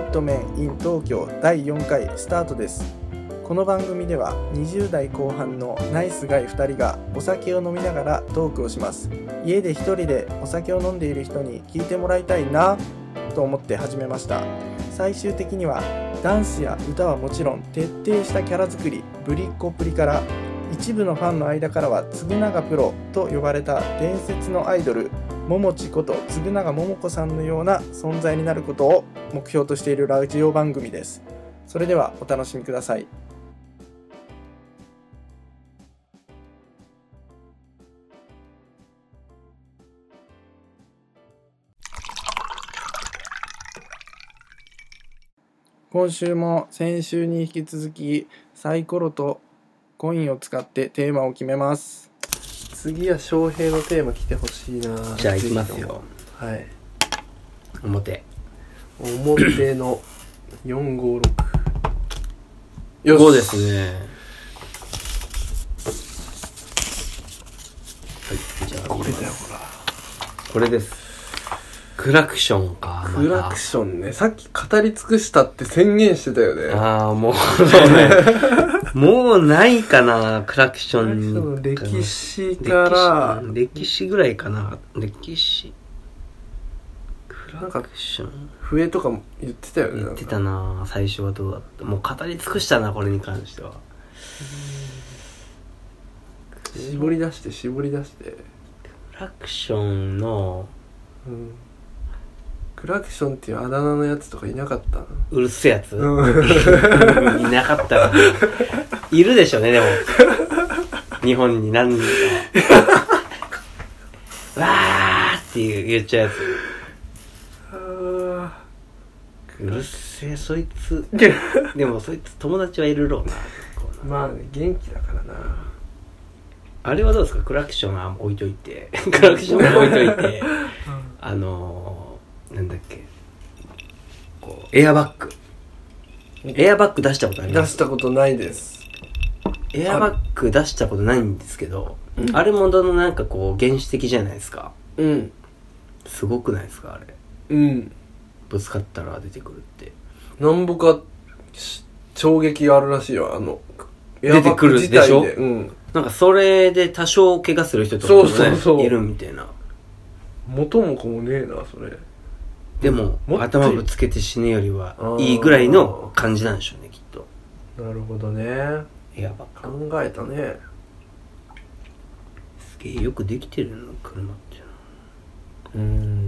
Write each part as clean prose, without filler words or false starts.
ッドメン in 東京第4回スタートです。この番組では20代後半のナイスガイ2人がお酒を飲みながらトークをします。家で一人でお酒を飲んでいる人に聞いてもらいたいなと思って始めました。最終的にはダンスや歌はもちろん徹底したキャラ作り、ぶりっ子っぷりから一部のファンの間からは嗣永プロと呼ばれた伝説のアイドル桃地こと嗣永桃子さんのような存在になることを目標としているラジオ番組です。それではお楽しみください。今週も先週に引き続きサイコロとコインを使ってテーマを決めます。次は翔平のテーマ来てほしいな。 じゃあいきますよ。 はい。 表の456。よし。 5ですね。はい。じゃあこれだよほら。 これです。クラクションか。 クラクションね。さっき語り尽くしたって宣言してたよね。 ああ、もうそうね。もうないかな、クラクション。 歴史から歴史ぐらいかな。歴史。クラクション。 笛とかも言ってたよね。 言ってたな。最初はどうだった。もう語り尽くしたな、これに関しては。 絞り出して。 クラクションの、 クラクションっていうあだ名のやつとかいなかった？ うるせえやつ、いなかったな。いるでしょうね、でも日本に何人かわーって言っちゃうやつ。うるせえ、そいつでもそいつ友達はいるろうな。 まあね、元気だからな。 あれはどうですか？クラクションは置いといてクラクションは置いといてなんだっけ、こうエアバッグ出したことあります？ 出したことないです。 エアバッグ出したことないんですけど、あれもなんかこう原始的じゃないですか。すごくないですかあれ。ぶつかったら出てくるって。 なんぼか衝撃があるらしいよ、 出てくるでしょ。なんかそれで多少怪我する人とかもね、 そういるみたいな。 元も子もねえなそれ。 でも頭ぶつけて死ぬよりはいいぐらいの感じなんでしょうね、きっと。 なるほどね。 エアバッグ考えたね。 すげえよくできてるの車っていうの。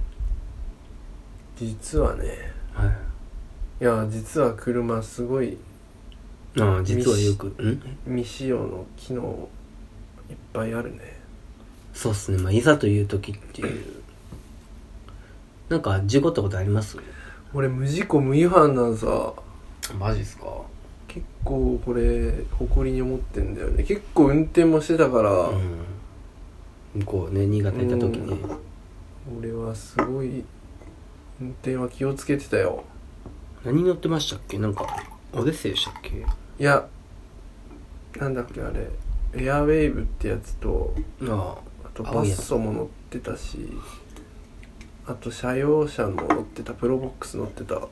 実はね、いや実は車すごい、 実はよく未使用の機能いっぱいあるね。 そうっすね。まあいざという時っていうなんか事故ったことあります？ 俺無事故無違反なんさ。 マジっすか？ 結構これ誇りに思ってんだよね。結構運転もしてたから、 向こうね、新潟行った時に、 俺はすごい運転は気をつけてたよ。 何乗ってましたっけ？なんかオデッセイでしたっけ？ いや、なんだっけあれ、エアウェーブってやつと、あとバッソも乗ってたし、あと車用車も乗ってた、プロボックス乗ってた。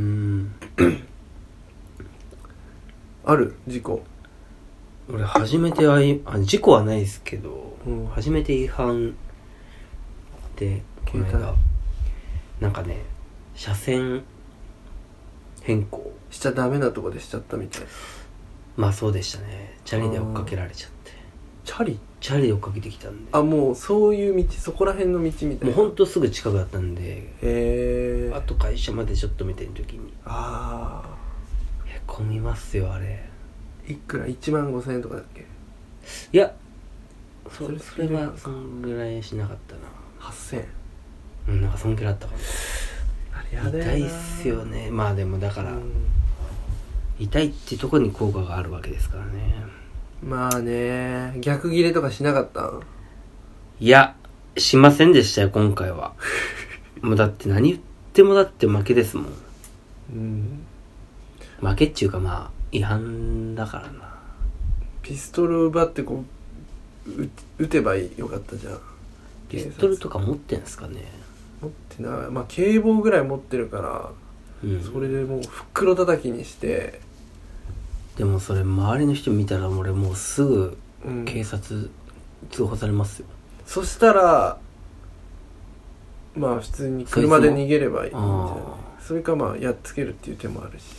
ある事故？ 俺初めて事故はないですけど、初めて違反でこの間なんかね、車線変更しちゃダメなとこでしちゃったみたい。 まあそうでしたね。チャリで追っかけられちゃって。チャリで追っかけてきたんで。 もうそういう道、そこら辺の道みたいな。 もうほんとすぐ近くだったんで、あと会社までちょっと見てる時にへこみますよあれ。 いくら15000円とかだっけ？ いや、それはそんぐらいしなかったな。 8000 円。なんかそんぐらいあったかも。 あれやだよな。 痛いっすよね。まあでもだから、痛いってとこに効果があるわけですからね。 まあね、逆ギレとかしなかった？ いや、しませんでしたよ今回は。もうだって何言ってもだって負けですもん。負けっていうかまあ違反だからな。 ピストル奪ってこう撃てばよかったじゃん。 ピストルとか持ってんすかね？ 持ってない。まあ警棒ぐらい持ってるからそれでもう袋叩きにして。 でもそれ周りの人見たら俺もうすぐ警察通報されますよ。 そしたらまあ普通に車で逃げればいいんじゃない。それかまあやっつけるっていう手もあるし。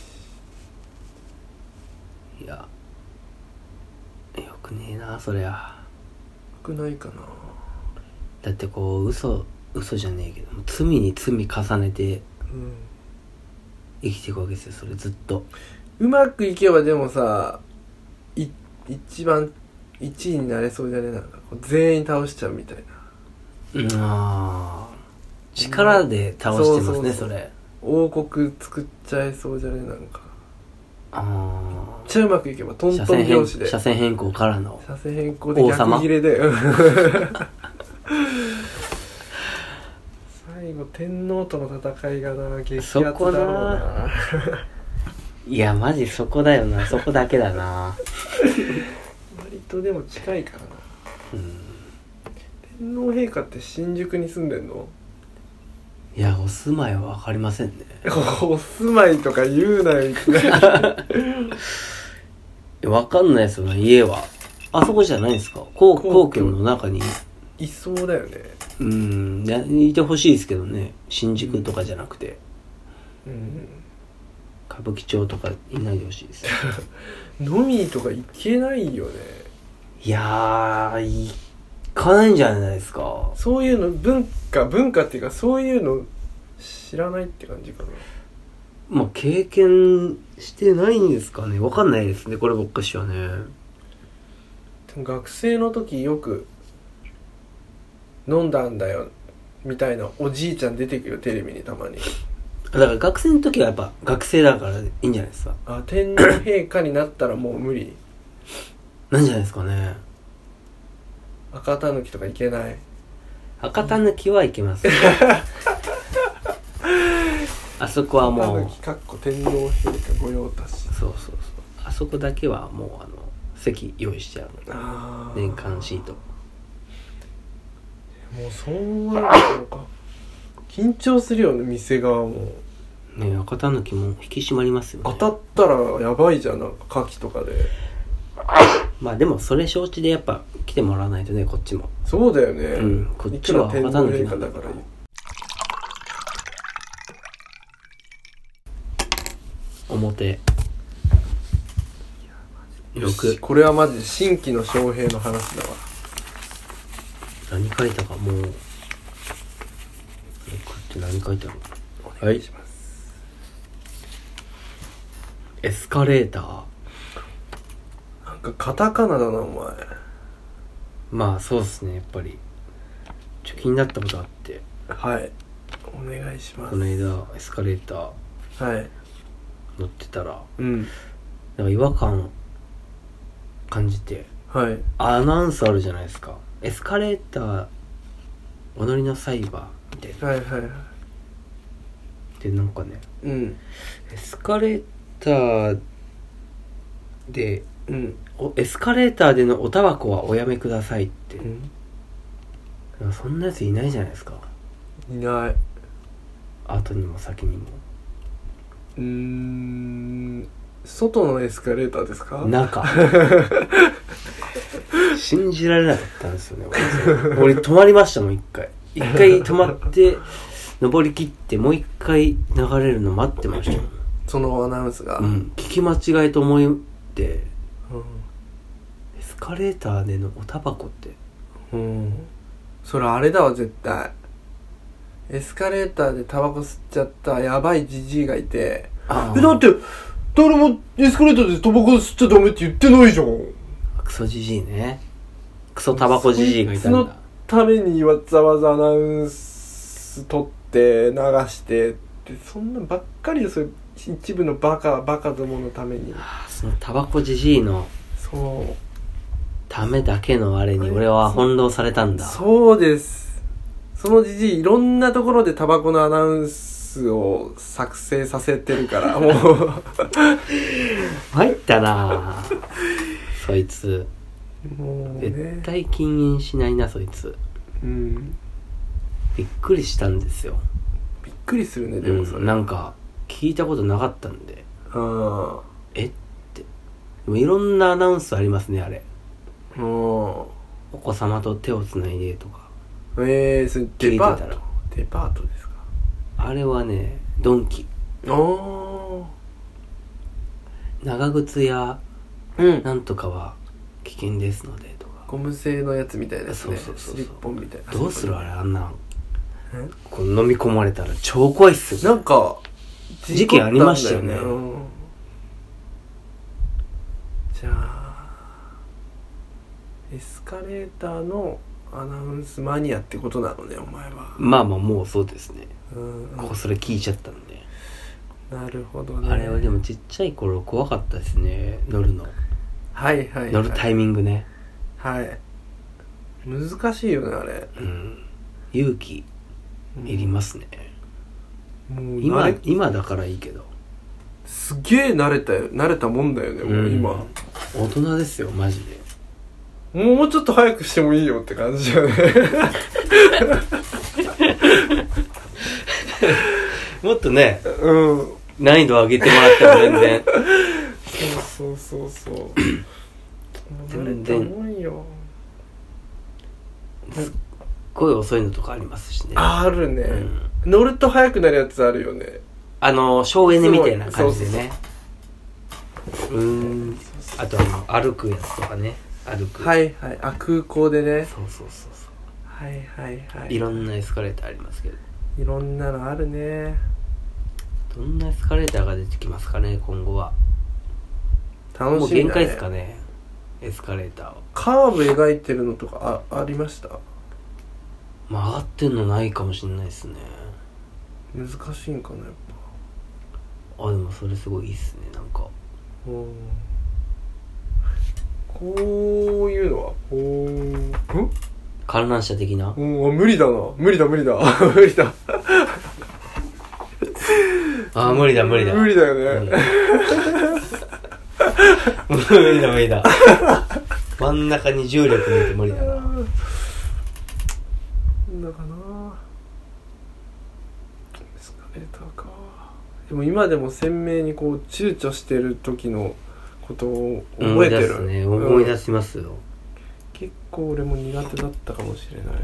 いやよくねえなそりゃ。よくないかな。 だってこう嘘じゃねえけど罪に罪重ねて生きていくわけですよそれずっと。 うまくいけばでもさ一番1位になれそうじゃね。なんかこう全員倒しちゃうみたいな。力で倒してますね。それ王国作っちゃいそうじゃね。なんかめっちゃうまくいけばトントン拍子で車線変更からの車線変更で逆切れで最後天皇との戦いがな激アツだろうないやマジそこだよな。そこだけだな割とでも近いからな。天皇陛下って新宿に住んでんの？ いやお住まいは分かりませんねお住まいとか言うなよ分かんないですよね。家はあそこじゃないんですか？皇居の中にいそうだよね。 いてほしいですけどね。新宿とかじゃなくて、歌舞伎町とかいないでほしいです飲みとか行けないよね。 いやー行かないんじゃないですか。 そういうの文化っていうかそういうの知らないって感じかな。 まあ経験してないんですかね。分かんないですねこればっかしはね。 でも学生の時よく飲んだんだよみたいなおじいちゃん出てくるよテレビにたまに。 だから学生の時はやっぱ学生だからいいんじゃないですか。 天皇陛下になったらもう無理なんじゃないですかね。 赤たぬきとかいけない。 赤たぬきはいけますあそこはもう赤たぬきかっこ天皇陛下御用達。 そうあそこだけはもう席用意してある年間シート。 もうそうなるのか。緊張するよね店側もね。赤たぬきも引き締まりますよね。 当たったらやばいじゃん。なんか牡蠣とかで。 まあでもそれ承知でやっぱ来てもらわないとねこっちも。 そうだよね。 こっちは赤たぬきなんだから。表6。 これはマジで新規の翔平の話だわ。 何書いたかもう。6って何書いたの？ お願いします。 エスカレーター。 なんかカタカナだなお前。 まあそうっすね。やっぱり気になったことあって。 はいお願いします。 この間エスカレーター乗ってたら、なんか違和感感じて、アナウンスあるじゃないですか。エスカレーターお乗りの際はみたいな。でなんかね、エスカレーターで、エスカレーターでのおタバコはおやめくださいって、そんなやついないじゃないですか。 いない。 後にも先にも。 外のエスカレーターですか？ 中信じられなかったんですよね俺止まりましたもん。一回止まって登り切ってもう一回流れるの待ってましたもんそのアナウンスが。 聞き間違いと思って、エスカレーターでのおタバコって、 それあれだわ絶対。エスカレーターでタバコ吸っちゃったやばいジジイがいて、だって誰もエスカレーターでタバコ吸っちゃダメって言ってないじゃん。 クソジジイね。クソタバコジジイがいたんだ。 そのためにわざわざアナウンス撮って流してってそんなばっかりよ。それ一部のバカどものために。 そのタバコジジイのためだけのあれに俺は翻弄されたんだ。 そうです。そのジジイいろんなところでタバコのアナウンスを作成させてるからもう参ったなそいつ。 もう、ね、 絶対禁煙しないなそいつ。びっくりしたんですよ。 びっくりするね。でもそれ、 なんか聞いたことなかったんで、 あえってでもいろんなアナウンスありますねあれ。 あ。 お子様と手をつないでとかそれ聞いデパートてたら、 デパートですか？ あれはねドンキ、 あ長靴やあ。うん。 なんとかは危険ですのでとか。 ゴム製のやつみたいなですね。 そうスリッポンみたいな。 どうするあれ、あんなんえこう飲み込まれたら超怖いっすよ。 なんか事件ありましたよね。 事故ったんだよね。じゃあエスカレーターのアナウンスマニアってことなのね、お前は。 まあまあもうそうですね。 うん。 それ聞いちゃったんで。 なるほどね。 あれはでもちっちゃい頃怖かったですね、乗るの。 はいはい、はい、 乗るタイミングね。 はい難しいよねあれ。 勇気いりますね、 もう今だからいいけどすげえ慣れたもんだよね、もう今大人ですよマジで。 もうちょっと早くしてもいいよって感じだよねもっとね、 うん難易度上げてもらっても全然そう全然慣れたもんよ。 すっごい遅いのとかありますしね。 あるね、乗ると速くなるやつあるよね。 省エネみたいな感じでね。あと歩くやつとかね。歩く。 はいはい。空港でね。 そうはいはいはい。 いろんなエスカレーターありますけど。 いろんなのあるね。 どんなエスカレーターが出てきますかね今後は。 楽しみだね。 もう限界ですかねエスカレーターは。 カーブ描いてるのとか ありました？ 曲がってんのないかもしれないですね。 難しいんかなやっぱ。 でもそれすごいいいっすねなんか。 こういうのは観覧車的な。 無理だ無理だ無理だ無理だ無理だよね、 無理だ真ん中に重力抜いて無理だな。 だかなエスカレーターか。でも今でも鮮明にこう躊躇してる時のことを覚えてる。 思い出しますよ、 結構俺も苦手だったかもしれない。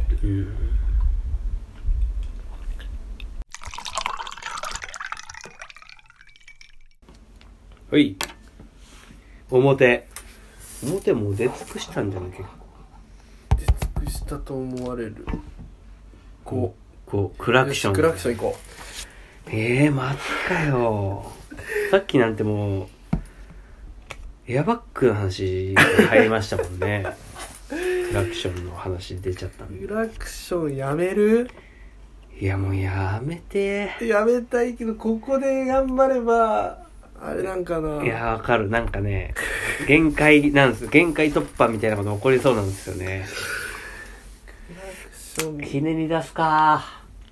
はい表もう出尽くしたんじゃない結構。 出尽くしたと思われる。こうクラクション行こう。 待ってかよさっきなんてもうエアバッグの話が入りましたもんねクラクションの話出ちゃったんで。 クラクションやめる？ いやもうやめて。 やめたいけどここで頑張ればあれなんかな。 いやわかる。なんかね限界なんですよ。限界突破みたいなこと起こりそうなんですよね。 クラクションひねり出すか。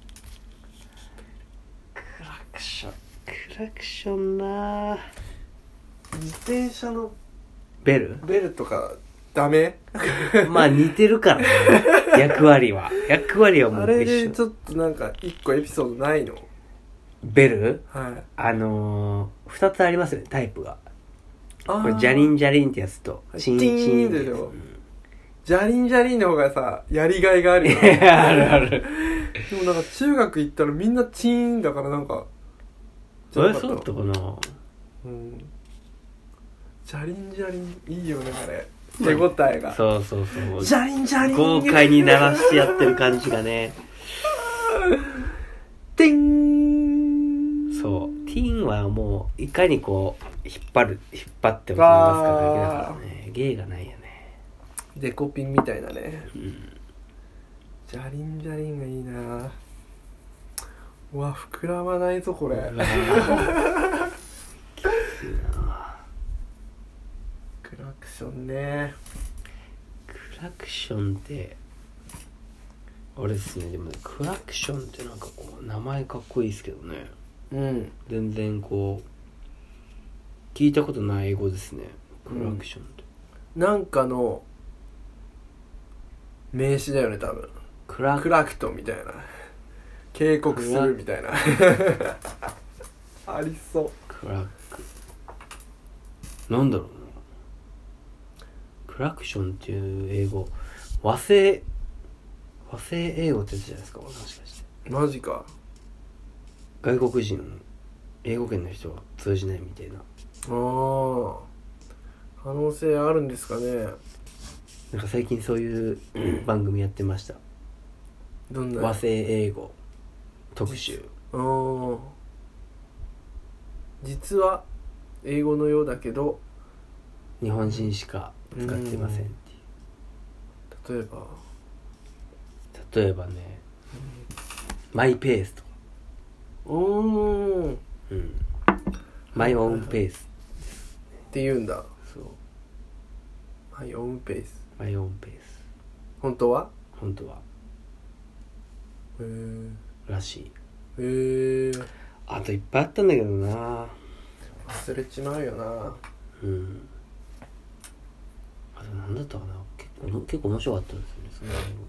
クラクションな。 自転車のベルとかダメ？ まあ似てるからね役割はもう一緒。 あれでちょっとなんか一個エピソードないの？ ベル？ はい。 2つありますよねタイプが。 ここれジャリンジャリンってやつとチンチンでしょ。ジャリンの方がさやりがいがあるよね。 あるでもなんか中学行ったらみんなチーンだからなんかそうだったかな。 ジャリンいいよねあれ。手応えが。 そうジャリン豪快に鳴らしてやってる感じがねティン。 そうティーンはもういかにこう引っ張ってもますかだけだからね。芸がないよね。 デコピンみたいなね、ジャリンがいいな。うわ膨らまないぞこれきついな。クラクションね。 クラクションってあれですね。でもねクラクションってなんかこう名前かっこいいですけどね。全然こう聞いたことない英語ですねクラクションって、 なんかの名詞だよね多分。クラクトみたいな、警告するみたいなありそう。 クラックなんだろうな。クラクションっていう英語、和製英語ってやつじゃないですか、もしかして。 マジか。 外国人英語圏の人は通じないみたいな。 ああ、可能性あるんですかね。 なんか最近そういう番組やってました。 どんな和製英語特集。 ああ、実は英語のようだけど日本人しか使ってませんっていう。例えばね、マイペースとか。マイオンペースって言うんだ。 そう。 マイオンペース。 マイオンペース。 本当はへえらしい。 へえ。 あといっぱいあったんだけどな。 忘れちまうよな。 あと何だったかな。結構面白かったですね、その番組。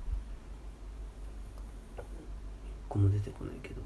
一個も出てこないけど。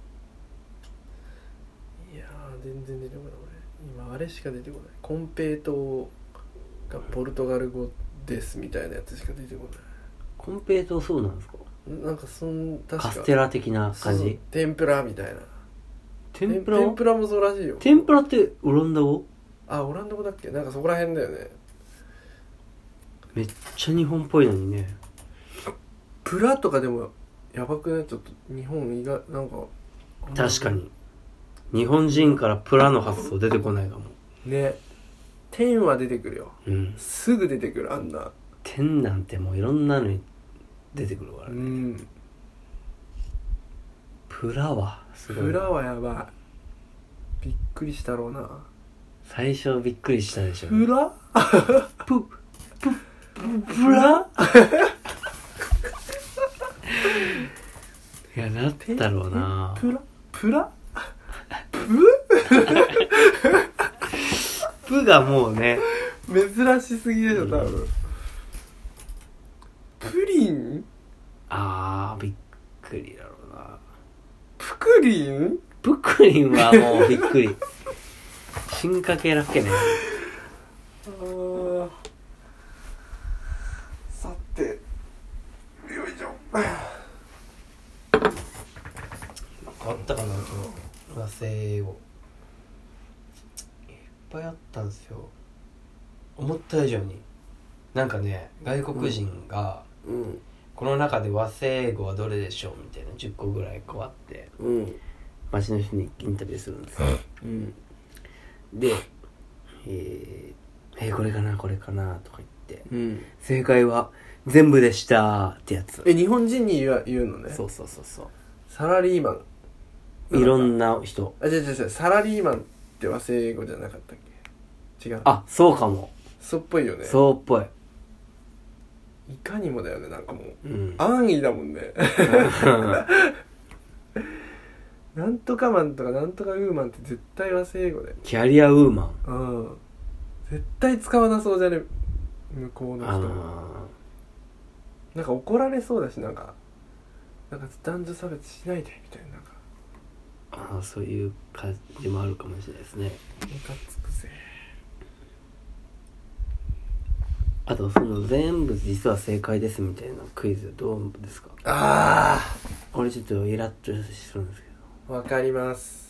いやー、全然出てこない。俺今あれしか出てこない。コンペイトーがポルトガル語ですみたいなやつしか出てこない。 コンペイトー、そうなんですか。 なんか確かカステラ的な感じ。 天ぷらみたいな。 天ぷらもそうらしいよ。 天ぷらってオランダ語？ あ、オランダ語だっけ。なんかそこら辺だよね。 めっちゃ日本っぽいのにね。 プラとかでもやばくない？ちょっと日本意外、なんか確かに日本人からプラの発想出てこないかもね。天は出てくるよ、すぐ出てくる。あんな天なんてもういろんなのに出てくるからね。プラはすごい。 プラはやばい。びっくりしたろうな。 最初びっくりしたでしょ、ね、 プラプラいや、なったろうな。 プラプがもうね珍しすぎでしょ多分、プリン。 びっくりだろうな。 プクリンはもうびっくり。進化系だっけね。 さて、よいしょ。 あったかな、今日和製英語いっぱいあったんですよ。思った以上に。なんかね、外国人が、この中で和製英語はどれでしょうみたいな10個ぐらいこうあって、街の人にインタビューするんですよ、で、これかなこれかなとか言って、正解は全部でしたってやつ。 日本人に言うのね。 そうサラリーマン、 いろんな人。 違う、サラリーマンって和製英語じゃなかったっけ。違う。 あ、そうかも。 そうっぽいよね。 そうっぽい。 いかにもだよね。なんかもう、安易だもんね。なんとかマンとかなんとかウーマンって絶対和製英語だよ。 キャリアウーマン。絶対使わなそうじゃね、向こうの人。なんか怒られそうだし、なんか男女差別しないでみたいな。 そういう感じもあるかもしれないですね。 ムカつくぜ。 あとその全部実は正解ですみたいなクイズどうですか？これちょっとイラッとするんですけど。わかります。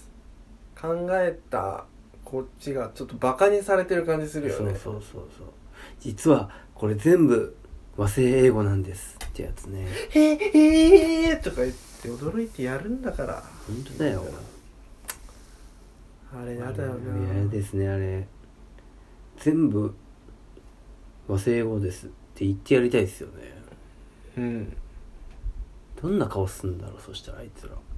考えたこっちがちょっとバカにされてる感じするよね。 そう実はこれ全部和製英語なんですってやつね。 とか言って驚いてやるんだから。 本当だよ。 あれやだよな。 嫌ですね。あれ全部和製英語ですって言ってやりたいですよね。どんな顔すんだろう。そしたらあいつらど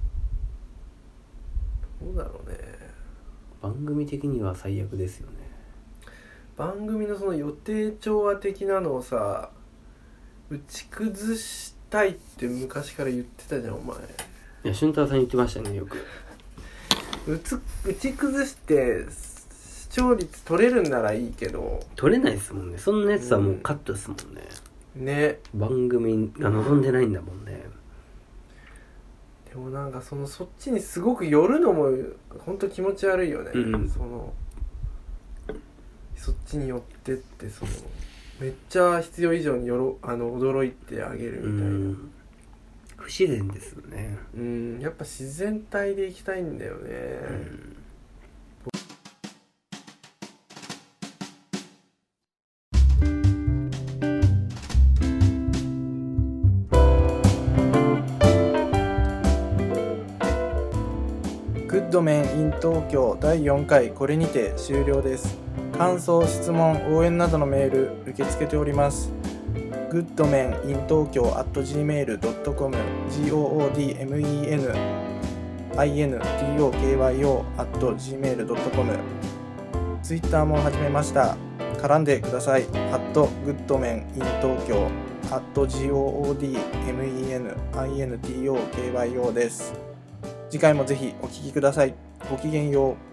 うだろうね。 番組的には最悪ですよね。 番組のその予定調和的なのをさ、打ち崩したいって昔から言ってたじゃんお前。 いや、俊太郎さん言ってましたね、よく。 打ち崩して視聴率取れるんならいいけど、 取れないですもんね。そんなやつはもうカットですもんね。 ね。 番組が望んでないんだもんね。 でもなんかそっちにすごく寄るのもほんと気持ち悪いよね、そっちに寄ってってめっちゃ必要以上に驚いてあげるみたいな、 不自然ですよね。 やっぱ自然体でいきたいんだよね、グッドメン in 東京第4回これにて終了です。感想、質問、応援などのメール受け付けております。goodmeninTokyo@gmail.com goodmenintokyo@gmail.com ツイッターも始めました。絡んでください。@goodmeninTokyo @goodmenintokyo です。次回もぜひお聞きください。ごきげんよう。